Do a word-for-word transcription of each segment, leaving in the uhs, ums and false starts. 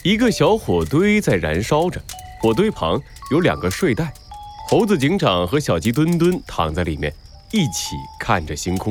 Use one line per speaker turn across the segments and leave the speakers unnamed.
一个小火堆在燃烧着，火堆旁有两个睡袋，猴子警长和小鸡墩墩躺在里面，一起看着星空。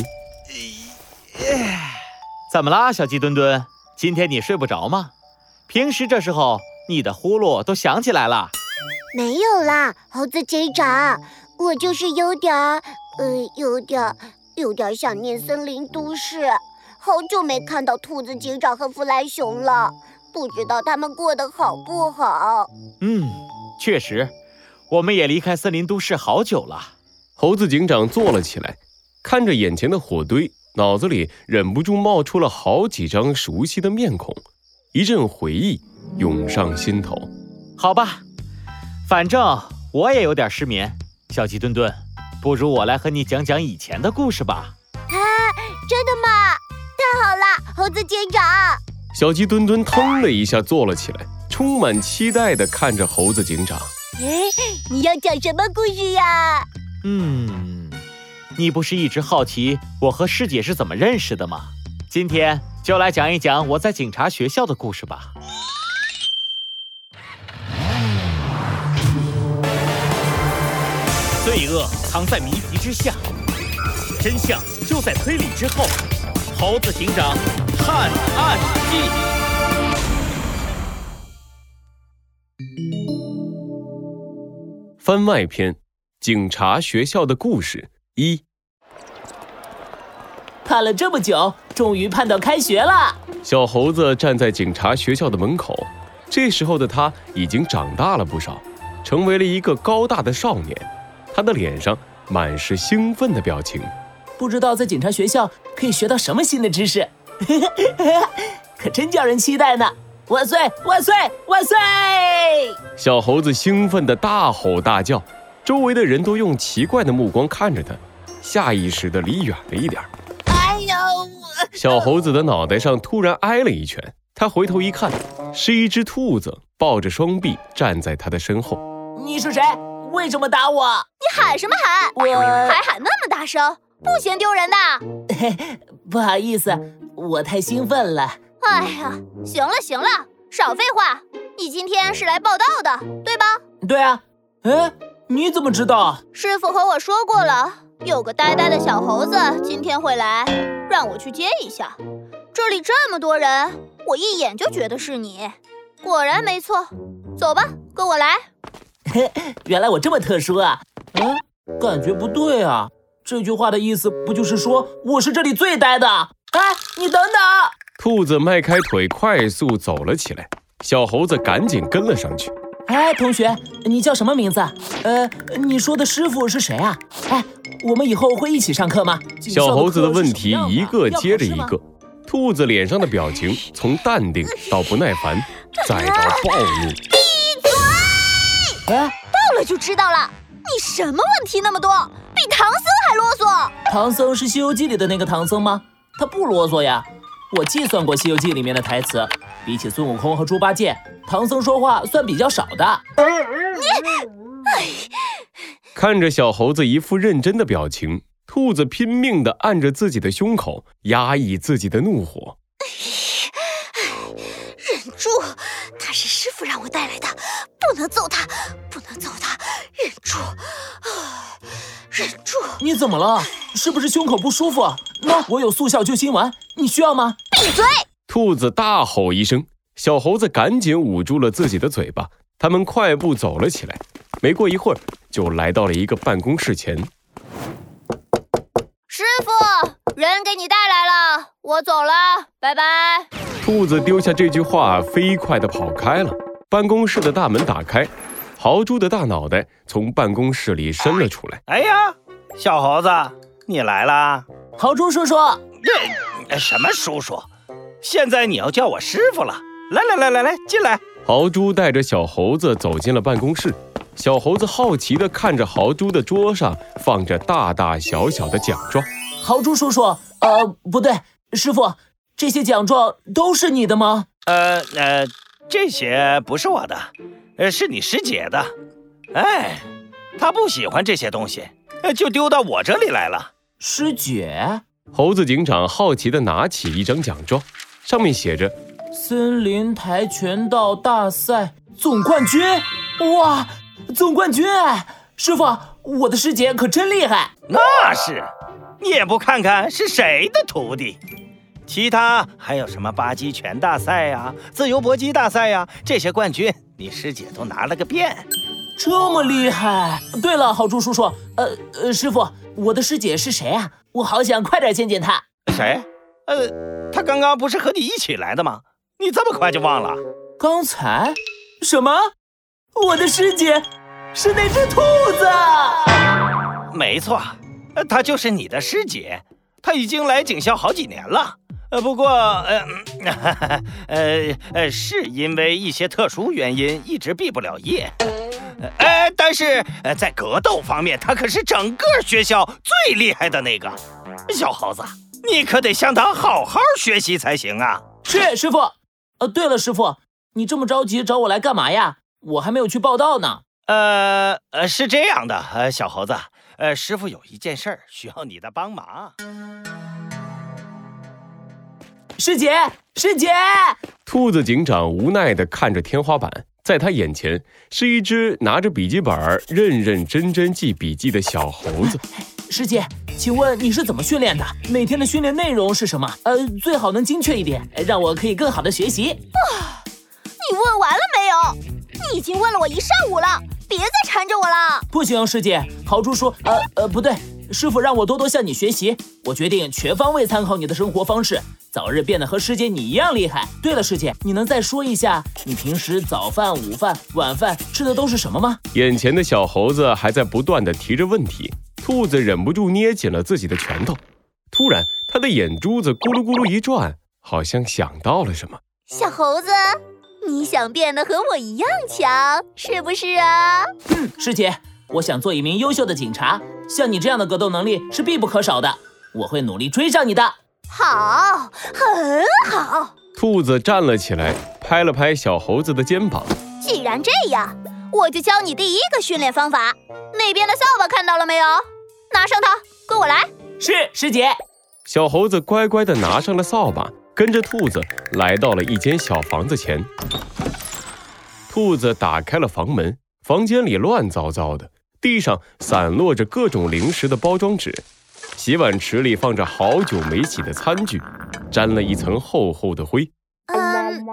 怎么啦，小鸡墩墩？今天你睡不着吗？平时这时候你的呼噜都响起来了。
没有啦，猴子警长，我就是有点呃，有点有点想念森林都市，好久没看到兔子警长和弗莱熊了，不知道他们过得好不好。
嗯，确实，我们也离开森林都市好久了。
猴子警长坐了起来，看着眼前的火堆，脑子里忍不住冒出了好几张熟悉的面孔，一阵回忆涌上心头。
好吧，反正我也有点失眠，小鸡墩墩，不如我来和你讲讲以前的故事吧。
啊，真的吗？太好了，猴子警长！
小鸡墩墩腾的一下坐了起来，充满期待地看着猴子警长。
哎，你要讲什么故事呀？
嗯，你不是一直好奇我和师姐是怎么认识的吗？今天就来讲一讲我在警察学校的故事吧。罪恶藏在谜题之下，真相就在推理之后。猴子警长探案记。
番外篇：警察学校的故事一。
盼了这么久，终于盼到开学了。
小猴子站在警察学校的门口，这时候的他已经长大了不少，成为了一个高大的少年。他的脸上满是兴奋的表情。
不知道在警察学校可以学到什么新的知识，可真叫人期待呢！万岁万岁万岁！
小猴子兴奋地大吼大叫，周围的人都用奇怪的目光看着他，下意识地离远了一点。
哎呦！
小猴子的脑袋上突然挨了一拳，他回头一看，是一只兔子抱着双臂站在他的身后。
你是谁？为什么打我？
你喊什么喊？
我
还喊那么大声，不嫌丢人的？
不好意思，我太兴奋了。
哎呀，行了行了，少废话。你今天是来报道的，对吧？
对啊。哎，你怎么知道？
师傅和我说过了，有个呆呆的小猴子今天会来，让我去接一下。这里这么多人，我一眼就觉得是你。果然没错，走吧，跟我来。
原来我这么特殊啊！嗯，感觉不对啊。这句话的意思不就是说我是这里最呆的？哎，你等等！
兔子迈开腿快速走了起来，小猴子赶紧跟了上去。
哎，同学，你叫什么名字？呃，你说的师傅是谁啊？哎，我们以后会一起上课吗？
小猴子的问题一个接着一个，兔子脸上的表情从淡定到不耐烦，再到暴怒。
闭嘴！
哎，
到了就知道了，你什么问题那么多？比唐僧还啰嗦。
唐僧是《西游记》里的那个唐僧吗？他不啰嗦呀。我计算过《西游记》里面的台词，比起孙悟空和猪八戒，唐僧说话算比较少的。
你，
看着小猴子一副认真的表情，兔子拼命地按着自己的胸口，压抑自己的怒火。
忍住，他是师傅让我带来的，不能揍他，不能揍他，忍住，忍住。
你怎么了？是不是胸口不舒服？那我有速效救心丸，你需要吗？
闭嘴！
兔子大吼一声，小猴子赶紧捂住了自己的嘴巴。他们快步走了起来，没过一会儿就来到了一个办公室前。
师傅，人给你带来了，我走了，拜拜。
兔子丢下这句话，飞快地跑开了。办公室的大门打开，豪猪的大脑袋从办公室里伸了出来。
哎呀，小猴子，你来啦！
豪猪叔叔，
这什么叔叔？现在你要叫我师傅了。来来来来来，进来。
豪猪带着小猴子走进了办公室。小猴子好奇地看着豪猪的桌上放着大大小小的奖状。
豪猪叔叔，呃，不对，师傅，这些奖状都是你的吗？
呃呃，这些不是我的，呃，是你师姐的。哎，她不喜欢这些东西，就丢到我这里来了。
师姐？
猴子警长好奇地拿起一张奖状，上面写着
森林跆拳道大赛总冠军！哇，总冠军哎！师傅，我的师姐可真厉害。
那是，你也不看看是谁的徒弟。其他还有什么八极拳大赛呀、啊、自由搏击大赛呀、啊，这些冠军你师姐都拿了个遍。
这么厉害！对了，豪猪叔叔，呃呃，师傅，我的师姐是谁啊？我好想快点见见她。
谁？呃，她刚刚不是和你一起来的吗？你这么快就忘了？
刚才？什么？我的师姐是那只兔子？
没错，她就是你的师姐，她已经来警校好几年了。呃，不过，呃，呃，呃，是因为一些特殊原因一直毕不了业。呃，但是，呃，在格斗方面，他可是整个学校最厉害的那个。小猴子，你可得向他好好学习才行啊！
是，师傅。呃，对了，师傅，你这么着急找我来干嘛呀？我还没有去报道呢。
呃，呃，是这样的，呃，小猴子，呃，师傅有一件事儿需要你的帮忙。
师姐，师姐！
兔子警长无奈地看着天花板，在他眼前是一只拿着笔记本认认真真记笔记的小猴子。
师姐，请问你是怎么训练的？每天的训练内容是什么？呃，最好能精确一点，让我可以更好的学习。
啊，你问完了没有？你已经问了我一上午了，别再缠着我了。
不行，师姐，豪猪说，呃呃，不对，师傅让我多多向你学习。我决定全方位参考你的生活方式，早日变得和师姐你一样厉害。对了，师姐，你能再说一下你平时早饭、午饭、晚饭吃的都是什么吗？
眼前的小猴子还在不断地提着问题，兔子忍不住捏紧了自己的拳头。突然，他的眼珠子咕噜咕噜一转，好像想到了什么。
小猴子，你想变得和我一样强，是不是啊？
嗯，师姐，我想做一名优秀的警察，像你这样的格斗能力是必不可少的，我会努力追上你的。
好，很好。
兔子站了起来，拍了拍小猴子的肩膀。
既然这样，我就教你第一个训练方法。那边的扫把看到了没有？拿上它，跟我来。
是，师姐。
小猴子乖乖地拿上了扫把，跟着兔子来到了一间小房子前。兔子打开了房门，房间里乱糟糟的，地上散落着各种零食的包装纸。洗碗池里放着好久没洗的餐具，沾了一层厚厚的灰。
嗯，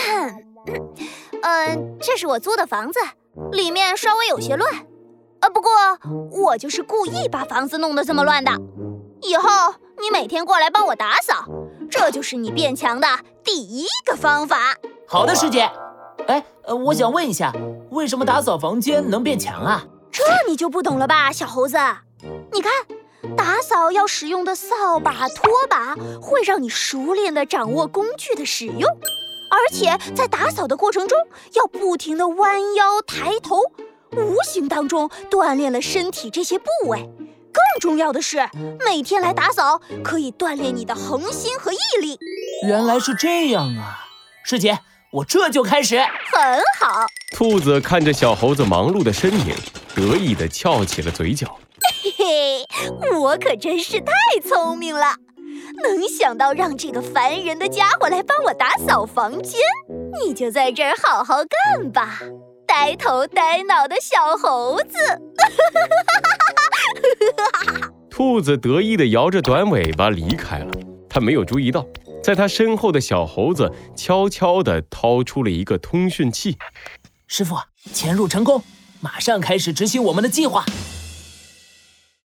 嗯，这是我租的房子，里面稍微有些乱。呃，不过我就是故意把房子弄得这么乱的。以后你每天过来帮我打扫，这就是你变强的第一个方法。
好的，师姐。哎，呃，我想问一下，为什么打扫房间能变强啊？
这你就不懂了吧，小猴子？你看，打扫要使用的扫把、拖把会让你熟练地掌握工具的使用，而且在打扫的过程中要不停地弯腰抬头，无形当中锻炼了身体这些部位。更重要的是，每天来打扫可以锻炼你的恒心和毅力。
原来是这样啊，师姐，我这就开始。
很好。
兔子看着小猴子忙碌的身影，得意地翘起了嘴角。
嘿嘿，我可真是太聪明了，能想到让这个烦人的家伙来帮我打扫房间。你就在这儿好好干吧，呆头呆脑的小猴子。
兔子得意地摇着短尾巴离开了。他没有注意到，在他身后的小猴子悄悄地掏出了一个通讯器。
师傅，潜入成功，马上开始执行我们的计划。